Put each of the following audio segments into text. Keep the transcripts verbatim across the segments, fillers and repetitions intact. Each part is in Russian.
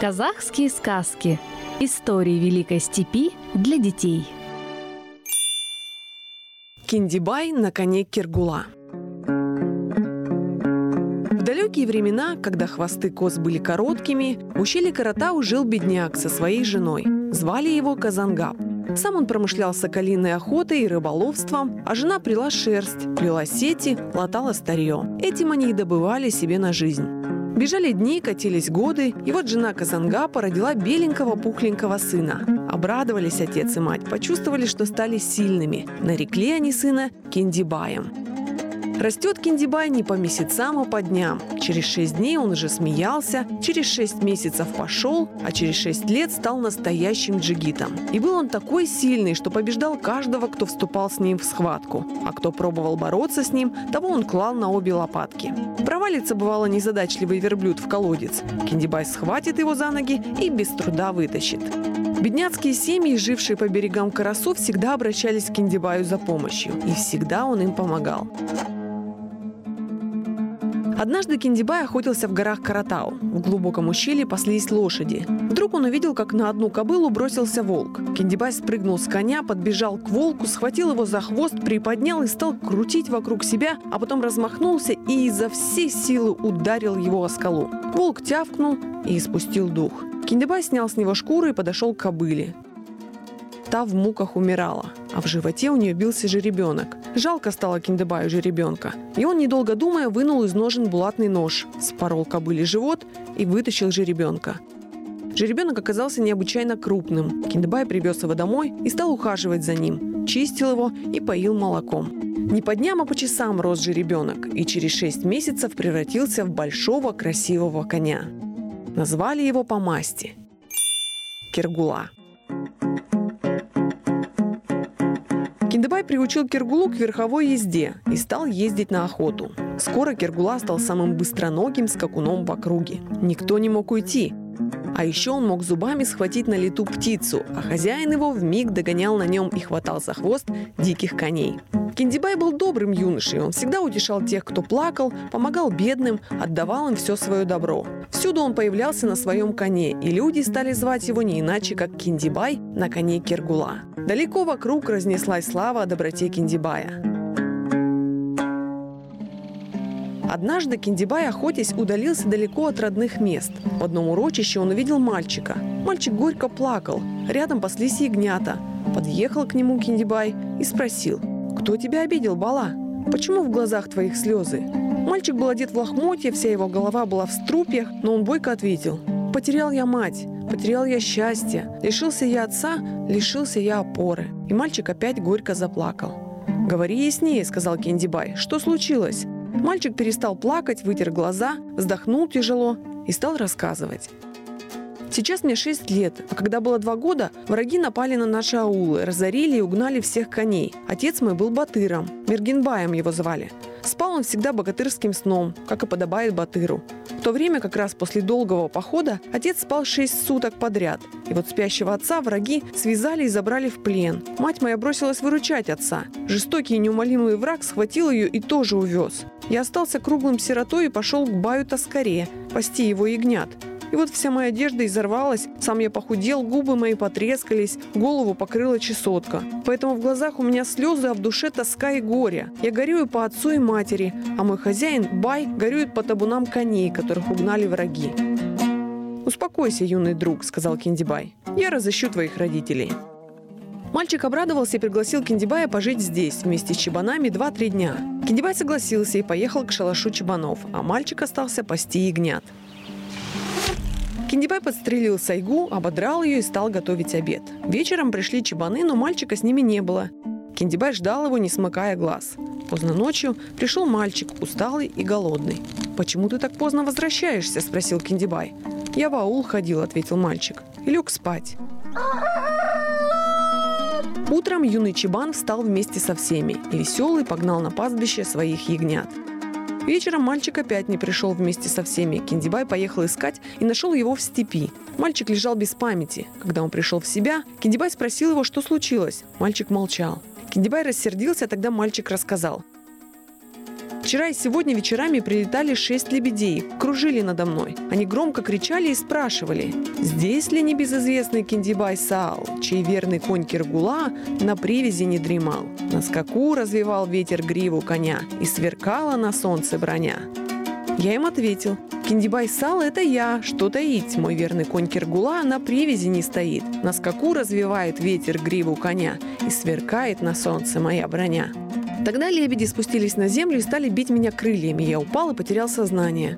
Казахские сказки. Истории Великой Степи для детей. Киндибай на коне Кергула. В далекие времена, когда хвосты коз были короткими, в ущелье Каратау жил бедняк со своей женой. Звали его Казангап. Сам он промышлял соколиной охотой и рыболовством, а жена пряла шерсть, плела сети, латала старье. Этим они и добывали себе на жизнь. Бежали дни, катились годы, и вот жена Казангапа родила беленького пухленького сына. Обрадовались отец и мать, почувствовали, что стали сильными. Нарекли они сына Киндибаем. Растет Киндибай не по месяцам, а по дням. Через шесть дней он уже смеялся, через шесть месяцев пошел, а через шесть лет стал настоящим джигитом. И был он такой сильный, что побеждал каждого, кто вступал с ним в схватку. А кто пробовал бороться с ним, того он клал на обе лопатки. Провалится, бывало, незадачливый верблюд в колодец. Киндибай схватит его за ноги и без труда вытащит. Бедняцкие семьи, жившие по берегам Карасу, всегда обращались к Киндибаю за помощью. И всегда он им помогал. Однажды Киндибай охотился в горах Каратау. В глубоком ущелье паслись лошади. Вдруг он увидел, как на одну кобылу бросился волк. Киндибай спрыгнул с коня, подбежал к волку, схватил его за хвост, приподнял и стал крутить вокруг себя, а потом размахнулся и изо всей силы ударил его о скалу. Волк тявкнул и испустил дух. Киндибай снял с него шкуру и подошел к кобыле. Та в муках умирала, а в животе у нее бился жеребенок. Жалко стало Киндибаю жеребенка. И он, недолго думая, вынул из ножен булатный нож, спорол кобыле живот и вытащил жеребенка. Жеребенок оказался необычайно крупным. Киндибай привез его домой и стал ухаживать за ним, чистил его и поил молоком. Не по дням, а по часам рос жеребенок, и через шесть месяцев превратился в большого красивого коня. Назвали его по масти – Кергула. Киндибай приучил Кергулу к верховой езде и стал ездить на охоту. Скоро Кергула стал самым быстроногим скакуном в округе. Никто не мог уйти. А еще он мог зубами схватить на лету птицу, а хозяин его вмиг догонял на нем и хватал за хвост диких коней. Киндибай был добрым юношей, он всегда утешал тех, кто плакал, помогал бедным, отдавал им все свое добро. Всюду он появлялся на своем коне, и люди стали звать его не иначе, как Киндибай на коне Кергула. Далеко вокруг разнеслась слава о доброте Киндибая. Однажды Киндибай, охотясь, удалился далеко от родных мест. В одном урочище он увидел мальчика. Мальчик горько плакал. Рядом паслись ягнята. Подъехал к нему Киндибай и спросил: «Кто тебя обидел, Бала? Почему в глазах твоих слезы?» Мальчик был одет в лохмотья, вся его голова была в струпьях, но он бойко ответил: «Потерял я мать, потерял я счастье, лишился я отца, лишился я опоры». И мальчик опять горько заплакал. «Говори яснее», — сказал Киндибай, — «что случилось?» Мальчик перестал плакать, вытер глаза, вздохнул тяжело и стал рассказывать. «Сейчас мне шесть лет, а когда было два года, враги напали на наши аулы, разорили и угнали всех коней. Отец мой был батыром, Мергенбаем его звали. Спал он всегда богатырским сном, как и подобает батыру. В то время, как раз после долгого похода, отец спал шесть суток подряд. И вот спящего отца враги связали и забрали в плен. Мать моя бросилась выручать отца. Жестокий и неумолимый враг схватил ее и тоже увез. Я остался круглым сиротой и пошел к баю Таскаре, пасти его ягнят. И вот вся моя одежда изорвалась, сам я похудел, губы мои потрескались, голову покрыла чесотка. Поэтому в глазах у меня слезы, а в душе тоска и горе. Я горюю по отцу и матери, а мой хозяин, Бай, горюет по табунам коней, которых угнали враги». «Успокойся, юный друг», — сказал Киндибай. «Я разыщу твоих родителей». Мальчик обрадовался и пригласил Киндибая пожить здесь, вместе с чабанами, два-три дня. Киндибай согласился и поехал к шалашу чабанов, а мальчик остался пасти ягнят. Киндибай подстрелил сайгу, ободрал ее и стал готовить обед. Вечером пришли чабаны, но мальчика с ними не было. Киндибай ждал его, не смыкая глаз. Поздно ночью пришел мальчик, усталый и голодный. «Почему ты так поздно возвращаешься?» – спросил Киндибай. «Я в аул ходил», – ответил мальчик, и лег спать. Утром юный чабан встал вместе со всеми и веселый погнал на пастбище своих ягнят. Вечером мальчик опять не пришел вместе со всеми. Киндибай поехал искать и нашел его в степи. Мальчик лежал без памяти. Когда он пришел в себя, Киндибай спросил его, что случилось. Мальчик молчал. Киндибай рассердился, а тогда мальчик рассказал. Вчера и сегодня вечерами прилетали шесть лебедей, кружили надо мной. Они громко кричали и спрашивали: «Здесь ли небезызвестный Киндибай Саал, чей верный конь Киргула на привязи не дремал? На скаку развивал ветер гриву коня, и сверкала на солнце броня». Я им ответил: «Киндибай Саал – это я, что таить, мой верный конь Киргула на привязи не стоит. На скаку развивает ветер гриву коня, и сверкает на солнце моя броня». Тогда лебеди спустились на землю и стали бить меня крыльями. Я упал и потерял сознание.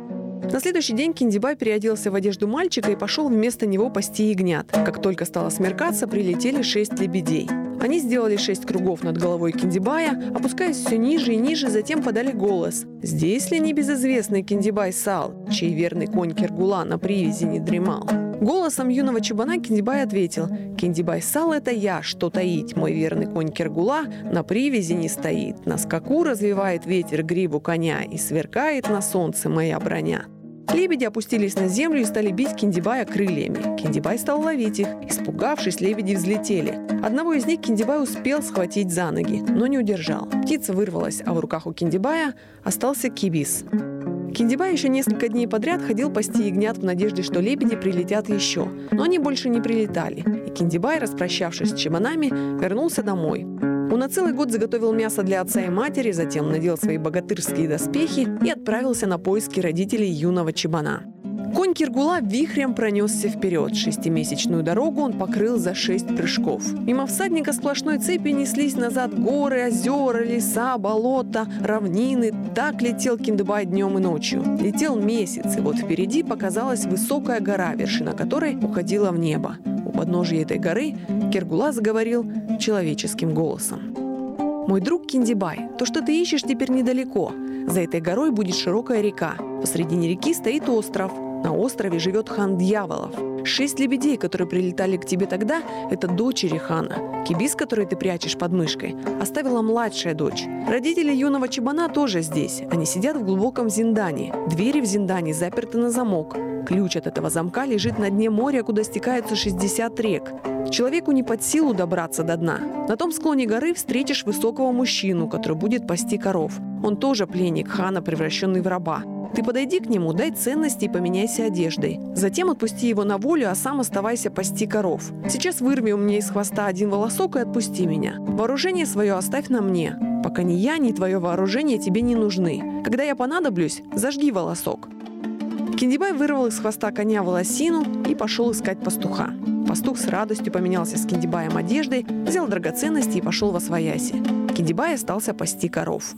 На следующий день Киндибай переоделся в одежду мальчика и пошел вместо него пасти ягнят. Как только стало смеркаться, прилетели шесть лебедей. Они сделали шесть кругов над головой Киндибая, опускаясь все ниже и ниже, затем подали голос: «Здесь ли небезызвестный Киндибай Саал, чей верный конь Киргула на привязи не дремал?» Голосом юного чабана Киндибай ответил: «Киндибай Саал – это я, что таить, мой верный конь Киргула на привязи не стоит. На скаку развивает ветер гриву коня, и сверкает на солнце моя броня». Лебеди опустились на землю и стали бить Киндибая крыльями. Киндибай стал ловить их. Испугавшись, лебеди взлетели. Одного из них Киндибай успел схватить за ноги, но не удержал. Птица вырвалась, а в руках у Киндибая остался кибис. Киндибай еще несколько дней подряд ходил пасти ягнят в надежде, что лебеди прилетят еще. Но они больше не прилетали. И Киндибай, распрощавшись с чабанами, вернулся домой. Он на целый год заготовил мясо для отца и матери, затем надел свои богатырские доспехи и отправился на поиски родителей юного чабана. Конь Киргула вихрем пронесся вперед. Шестимесячную дорогу он покрыл за шесть прыжков. Мимо всадника сплошной цепью неслись назад горы, озера, леса, болота, равнины. Так летел Киндибай днем и ночью. Летел месяц, и вот впереди показалась высокая гора, вершина которой уходила в небо. У подножия этой горы Киргула заговорил человеческим голосом: «Мой друг Киндибай, то, что ты ищешь, теперь недалеко. За этой горой будет широкая река. Посредине реки стоит остров. На острове живет хан дьяволов. Шесть лебедей, которые прилетали к тебе тогда, это дочери хана. Кибис, который ты прячешь под мышкой, оставила младшая дочь. Родители юного чабана тоже здесь. Они сидят в глубоком зиндане. Двери в зиндане заперты на замок. Ключ от этого замка лежит на дне моря, куда стекаются шестьдесят рек. Человеку не под силу добраться до дна. На том склоне горы встретишь высокого мужчину, который будет пасти коров. Он тоже пленник хана, превращенный в раба. Ты подойди к нему, дай ценности и поменяйся одеждой. Затем отпусти его на волю, а сам оставайся пасти коров. Сейчас вырви у меня из хвоста один волосок и отпусти меня. Вооружение свое оставь на мне. Пока ни я, ни твое вооружение тебе не нужны. Когда я понадоблюсь, зажги волосок». Киндибай вырвал из хвоста коня волосину и пошел искать пастуха. Пастух с радостью поменялся с Киндибаем одеждой, взял драгоценности и пошел восвояси. Киндибай остался пасти коров.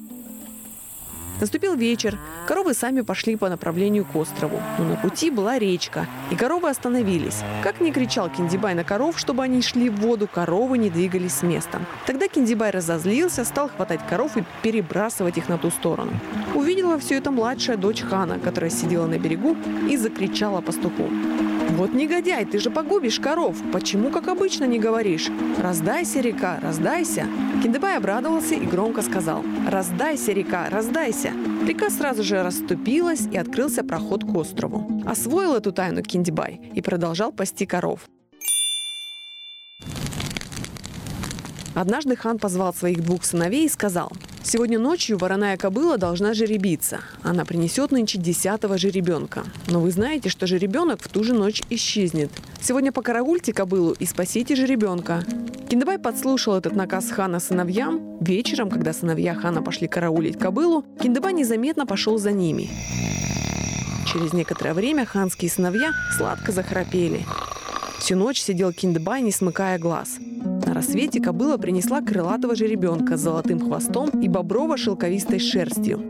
Наступил вечер. Коровы сами пошли по направлению к острову. Но на пути была речка, и коровы остановились. Как ни кричал Киндибай на коров, чтобы они шли в воду, коровы не двигались с места. Тогда Киндибай разозлился, стал хватать коров и перебрасывать их на ту сторону. Увидела все это младшая дочь хана, которая сидела на берегу и закричала пастуху: «Вот негодяй, ты же погубишь коров! Почему, как обычно, не говоришь? Раздайся, река, раздайся!» Киндибай обрадовался и громко сказал: «Раздайся, река, раздайся!» Река сразу же расступилась, и открылся проход к острову. Освоил эту тайну Киндибай и продолжал пасти коров. Однажды хан позвал своих двух сыновей и сказал: «Сегодня ночью вороная кобыла должна жеребиться. Она принесет нынче десятого жеребенка. Но вы знаете, что жеребенок в ту же ночь исчезнет. Сегодня покараульте кобылу и спасите жеребенка». Киндибай подслушал этот наказ хана сыновьям. Вечером, когда сыновья хана пошли караулить кобылу, Киндибай незаметно пошел за ними. Через некоторое время ханские сыновья сладко захрапели. Всю ночь сидел Киндибай, не смыкая глаз. На рассвете кобыла принесла крылатого жеребенка с золотым хвостом и боброво-шелковистой шерстью.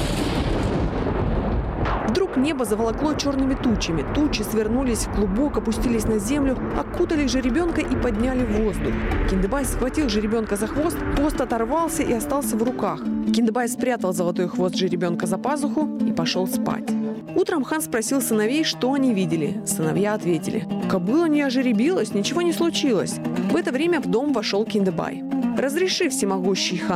Вдруг небо заволокло черными тучами. Тучи свернулись в клубок, опустились на землю, окутали жеребенка и подняли в воздух. Киндибай схватил жеребенка за хвост, хвост оторвался и остался в руках. Киндибай спрятал золотой хвост жеребенка за пазуху и пошел спать. Утром хан спросил сыновей, что они видели. Сыновья ответили: «Кобыла не ожеребилась, ничего не случилось». В это время в дом вошел Киндибай. «Разреши, всемогущий хан».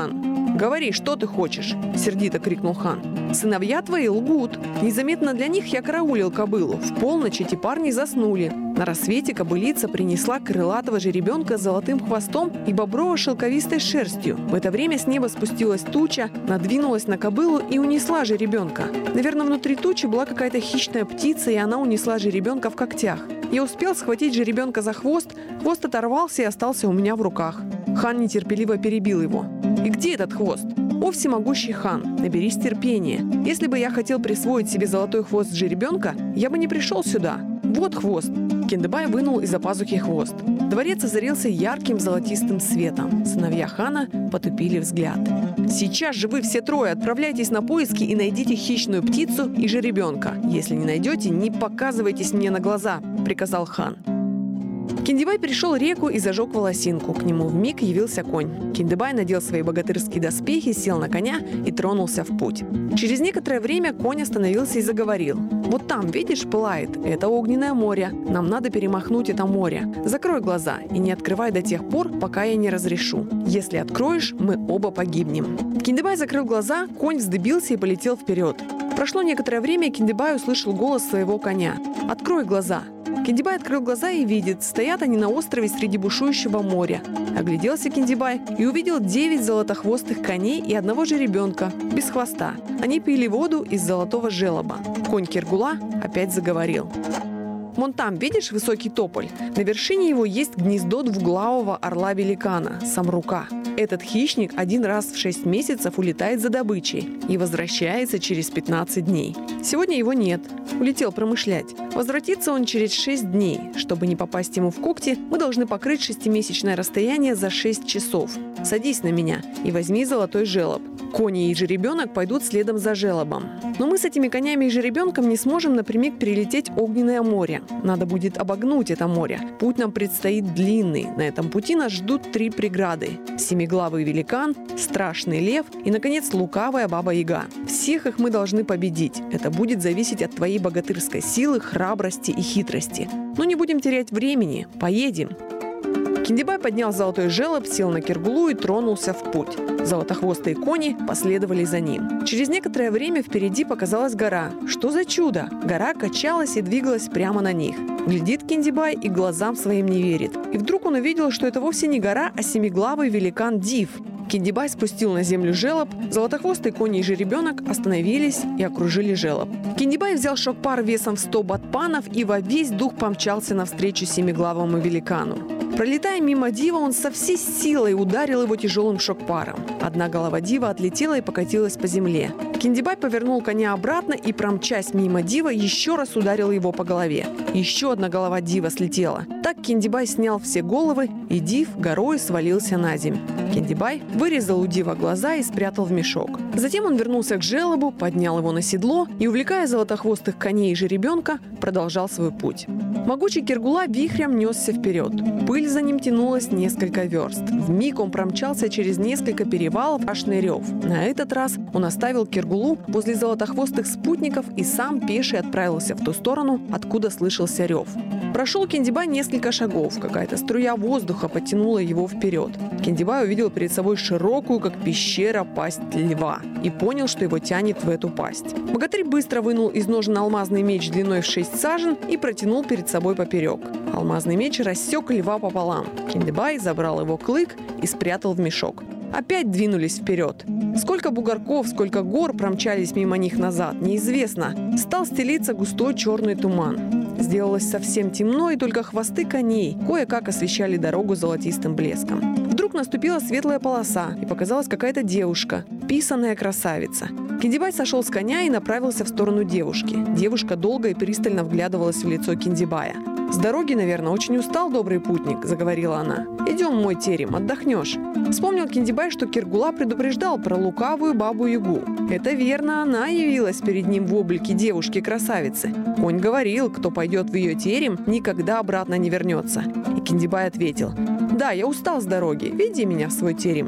«Говори, что ты хочешь?» – сердито крикнул хан. «Сыновья твои лгут. Незаметно для них я караулил кобылу. В полночь эти парни заснули. На рассвете кобылица принесла крылатого жеребенка с золотым хвостом и боброво-шелковистой шерстью. В это время с неба спустилась туча, надвинулась на кобылу и унесла жеребенка. Наверное, внутри тучи была какая-то хищная птица, и она унесла жеребенка в когтях. Я успел схватить жеребенка за хвост, хвост оторвался и остался у меня в руках». Хан нетерпеливо перебил его. «И где этот хвост?» «О, всемогущий хан, наберись терпения. Если бы я хотел присвоить себе золотой хвост жеребенка, я бы не пришел сюда. Вот хвост». Киндыбай вынул из-за пазухи хвост. Дворец озарился ярким золотистым светом. Сыновья хана потупили взгляд. «Сейчас же вы все трое отправляйтесь на поиски и найдите хищную птицу и жеребенка. Если не найдете, не показывайтесь мне на глаза», – приказал хан. Киндыбай перешел реку и зажег волосинку. К нему вмиг явился конь. Киндыбай надел свои богатырские доспехи, сел на коня и тронулся в путь. Через некоторое время конь остановился и заговорил. «Вот там, видишь, пылает. Это огненное море. Нам надо перемахнуть это море. Закрой глаза и не открывай до тех пор, пока я не разрешу. Если откроешь, мы оба погибнем». Киндыбай закрыл глаза, конь вздыбился и полетел вперед. Прошло некоторое время, и Киндыбай услышал голос своего коня. «Открой глаза». Киндыбай открыл глаза и видит, стоят они на острове среди бушующего моря. Огляделся Киндыбай и увидел девять золотохвостых коней и одного жеребенка, без хвоста. Они пили воду из золотого желоба. Конь Кергула опять заговорил. «Вон там, видишь высокий тополь? На вершине его есть гнездо двуглавого орла-великана, самрука. Этот хищник один раз в шесть месяцев улетает за добычей и возвращается через пятнадцать дней. Сегодня его нет. Улетел промышлять. Возвратится он через шесть дней. Чтобы не попасть ему в когти, мы должны покрыть шестимесячное расстояние за шесть часов. Садись на меня и возьми золотой желоб. Кони и жеребенок пойдут следом за желобом. Но мы с этими конями и жеребенком не сможем напрямик перелететь огненное море. Надо будет обогнуть это море. Путь нам предстоит длинный. На этом пути нас ждут три преграды. Семиглавый великан, страшный лев и, наконец, лукавая баба-яга. Всех их мы должны победить. Это будет зависеть от твоей богатырской силы, храбрости и хитрости. Но не будем терять времени. Поедем. Киндыбай поднял золотой желоб, сел на Кергулу и тронулся в путь. Золотохвостые кони последовали за ним. Через некоторое время впереди показалась гора. Что за чудо? Гора качалась и двигалась прямо на них. Глядит Киндыбай и глазам своим не верит. И вдруг он увидел, что это вовсе не гора, а семиглавый великан Див. Киндыбай спустил на землю желоб, золотохвостый конь и жеребенок остановились и окружили желоб. Киндыбай взял шокпар весом в сто батпанов и во весь дух помчался навстречу семиглавому великану. Пролетая мимо Дива, он со всей силой ударил его тяжелым шокпаром. Одна голова Дива отлетела и покатилась по земле. Киндыбай повернул коня обратно и, промчась мимо Дива, еще раз ударил его по голове. Еще одна голова Дива слетела. Так Киндыбай снял все головы, и Див горой свалился на землю. Киндыбай вырезал у Дива глаза и спрятал в мешок. Затем он вернулся к желобу, поднял его на седло и, увлекая золотохвостых коней и жеребенка, продолжал свой путь. Могучий Кергула вихрем несся вперед. Пыль за ним тянулась несколько верст. Вмиг он промчался через несколько перевалов аж на рев. На этот раз он оставил Кергулу возле золотохвостых спутников и сам пеший отправился в ту сторону, откуда слышался рев. Прошел Киндыбай несколько шагов. Какая-то струя воздуха подтянула его вперед. Киндыбай увидел перед собой широкую, как пещера, пасть льва и понял, что его тянет в эту пасть. Богатырь быстро вынул из ножен алмазный меч длиной в шесть сажен и протянул перед собой поперек. Алмазный меч рассек льва пополам. Киндыбай забрал его клык и спрятал в мешок. Опять двинулись вперед. Сколько бугорков, сколько гор промчались мимо них назад, неизвестно. Стал стелиться густой черный туман. Сделалось совсем темно, и только хвосты коней кое-как освещали дорогу золотистым блеском. Вдруг наступила светлая полоса, и показалась какая-то девушка, писаная красавица. Киндыбай сошел с коня и направился в сторону девушки. Девушка долго и пристально вглядывалась в лицо Киндыбая. «С дороги, наверное, очень устал добрый путник», – заговорила она. «Идем в мой терем, отдохнешь». Вспомнил Киндыбай, что Кергула предупреждал про лукавую бабу-ягу. Это верно, она явилась перед ним в облике девушки-красавицы. Конь говорил, кто пойдет в ее терем, никогда обратно не вернется. И Киндыбай ответил: «Да, я устал с дороги, веди меня в свой терем».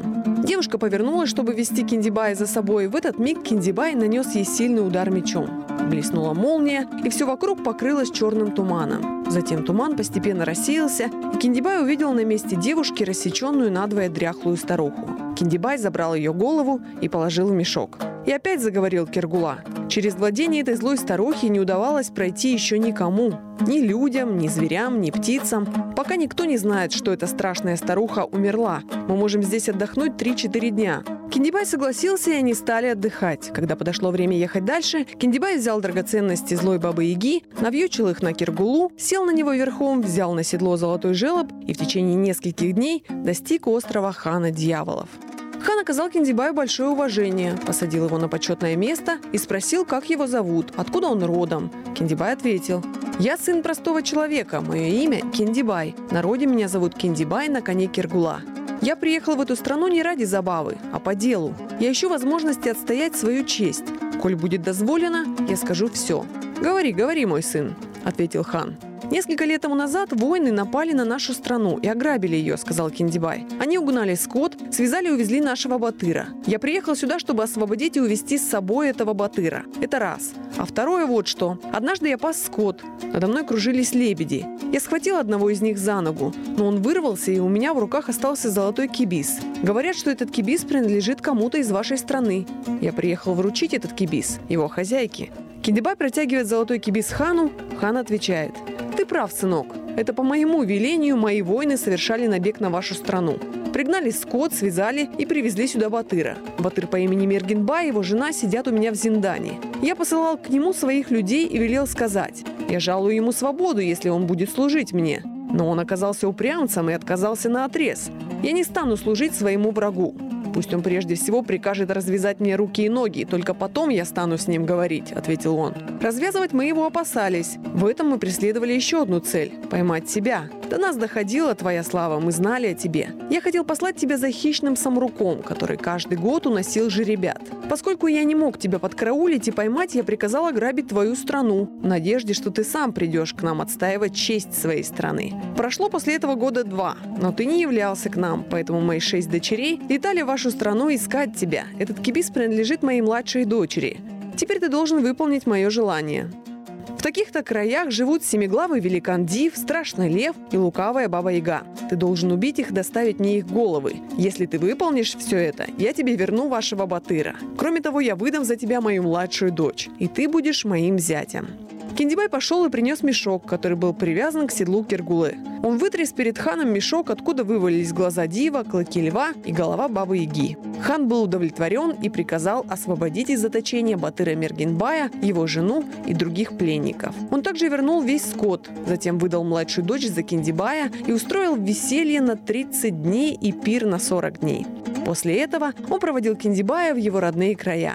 Девушка повернулась, чтобы вести Киндибая за собой. В этот миг Киндибай нанес ей сильный удар мечом. Блеснула молния, и все вокруг покрылось черным туманом. Затем туман постепенно рассеялся, и Киндибай увидел на месте девушки рассеченную надвое дряхлую старуху. Киндибай забрал ее голову и положил в мешок. И опять заговорил Кергула. Через владение этой злой старухи не удавалось пройти еще никому. Ни людям, ни зверям, ни птицам. Пока никто не знает, что эта страшная старуха умерла. Мы можем здесь отдохнуть три-четыре дня. Киндибай согласился, и они стали отдыхать. Когда подошло время ехать дальше, Киндибай взял драгоценности злой бабы-яги, навьючил их на Кергулу, сел на него верхом, взял на седло золотой желоб и в течение нескольких дней достиг острова Хана Дьяволов. Хан оказал Киндибаю большое уважение, посадил его на почетное место и спросил, как его зовут, откуда он родом. Киндибай ответил: «Я сын простого человека, мое имя Киндибай. В народе меня зовут Киндибай на коне Кергула. Я приехал в эту страну не ради забавы, а по делу. Я ищу возможности отстоять свою честь. Коль будет дозволено, я скажу все». «Говори, говори, мой сын», — ответил хан. «Несколько лет тому назад воины напали на нашу страну и ограбили ее», — сказал Киндибай. «Они угнали скот, связали и увезли нашего батыра. Я приехал сюда, чтобы освободить и увезти с собой этого батыра. Это раз. А второе вот что. Однажды я пас скот. Надо мной кружились лебеди. Я схватил одного из них за ногу, но он вырвался, и у меня в руках остался золотой кибис. Говорят, что этот кибис принадлежит кому-то из вашей страны. Я приехал вручить этот кибис его хозяйке». Киндибай протягивает золотой кибис хану. Хан отвечает: «Ты прав, сынок. Это по моему велению мои воины совершали набег на вашу страну. Пригнали скот, связали и привезли сюда батыра. Батыр по имени Мергенбай и его жена сидят у меня в Зиндане. Я посылал к нему своих людей и велел сказать: я жалую ему свободу, если он будет служить мне. Но он оказался упрямцем и отказался наотрез. Я не стану служить своему врагу. Пусть он прежде всего прикажет развязать мне руки и ноги, только потом я стану с ним говорить», — ответил он. Развязывать мы его опасались. В этом мы преследовали еще одну цель — поймать тебя. До нас доходила твоя слава, мы знали о тебе. Я хотел послать тебя за хищным самруком, который каждый год уносил жеребят. Поскольку я не мог тебя подкараулить и поймать, я приказал ограбить твою страну, в надежде, что ты сам придешь к нам отстаивать честь своей страны. Прошло после этого года два, но ты не являлся к нам, поэтому мои шесть дочерей летали в вашу страну искать тебя. Этот кибис принадлежит моей младшей дочери. Теперь ты должен выполнить мое желание». В таких-то краях живут семиглавый великан Див, страшный лев и лукавая баба-яга. Ты должен убить их и доставить мне их головы. Если ты выполнишь все это, я тебе верну вашего батыра. Кроме того, я выдам за тебя мою младшую дочь, и ты будешь моим зятем». Киндибай пошел и принес мешок, который был привязан к седлу Кергулы. Он вытряс перед ханом мешок, откуда вывалились глаза Дива, клыки льва и голова бабы-яги. Хан был удовлетворен и приказал освободить из заточения батыра Мергенбая, его жену и других пленников. Он также вернул весь скот, затем выдал младшую дочь за Киндибая и устроил веселье на тридцать дней и пир на сорок дней. После этого он проводил Киндибая в его родные края.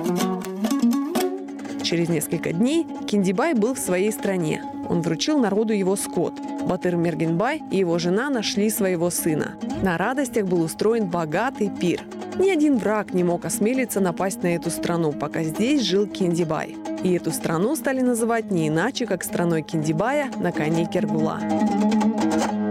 Через несколько дней Киндибай был в своей стране. Он вручил народу его скот. Батыр Мергенбай и его жена нашли своего сына. На радостях был устроен богатый пир. Ни один враг не мог осмелиться напасть на эту страну, пока здесь жил Киндибай. И эту страну стали называть не иначе, как страной Киндибая на коне Кергула.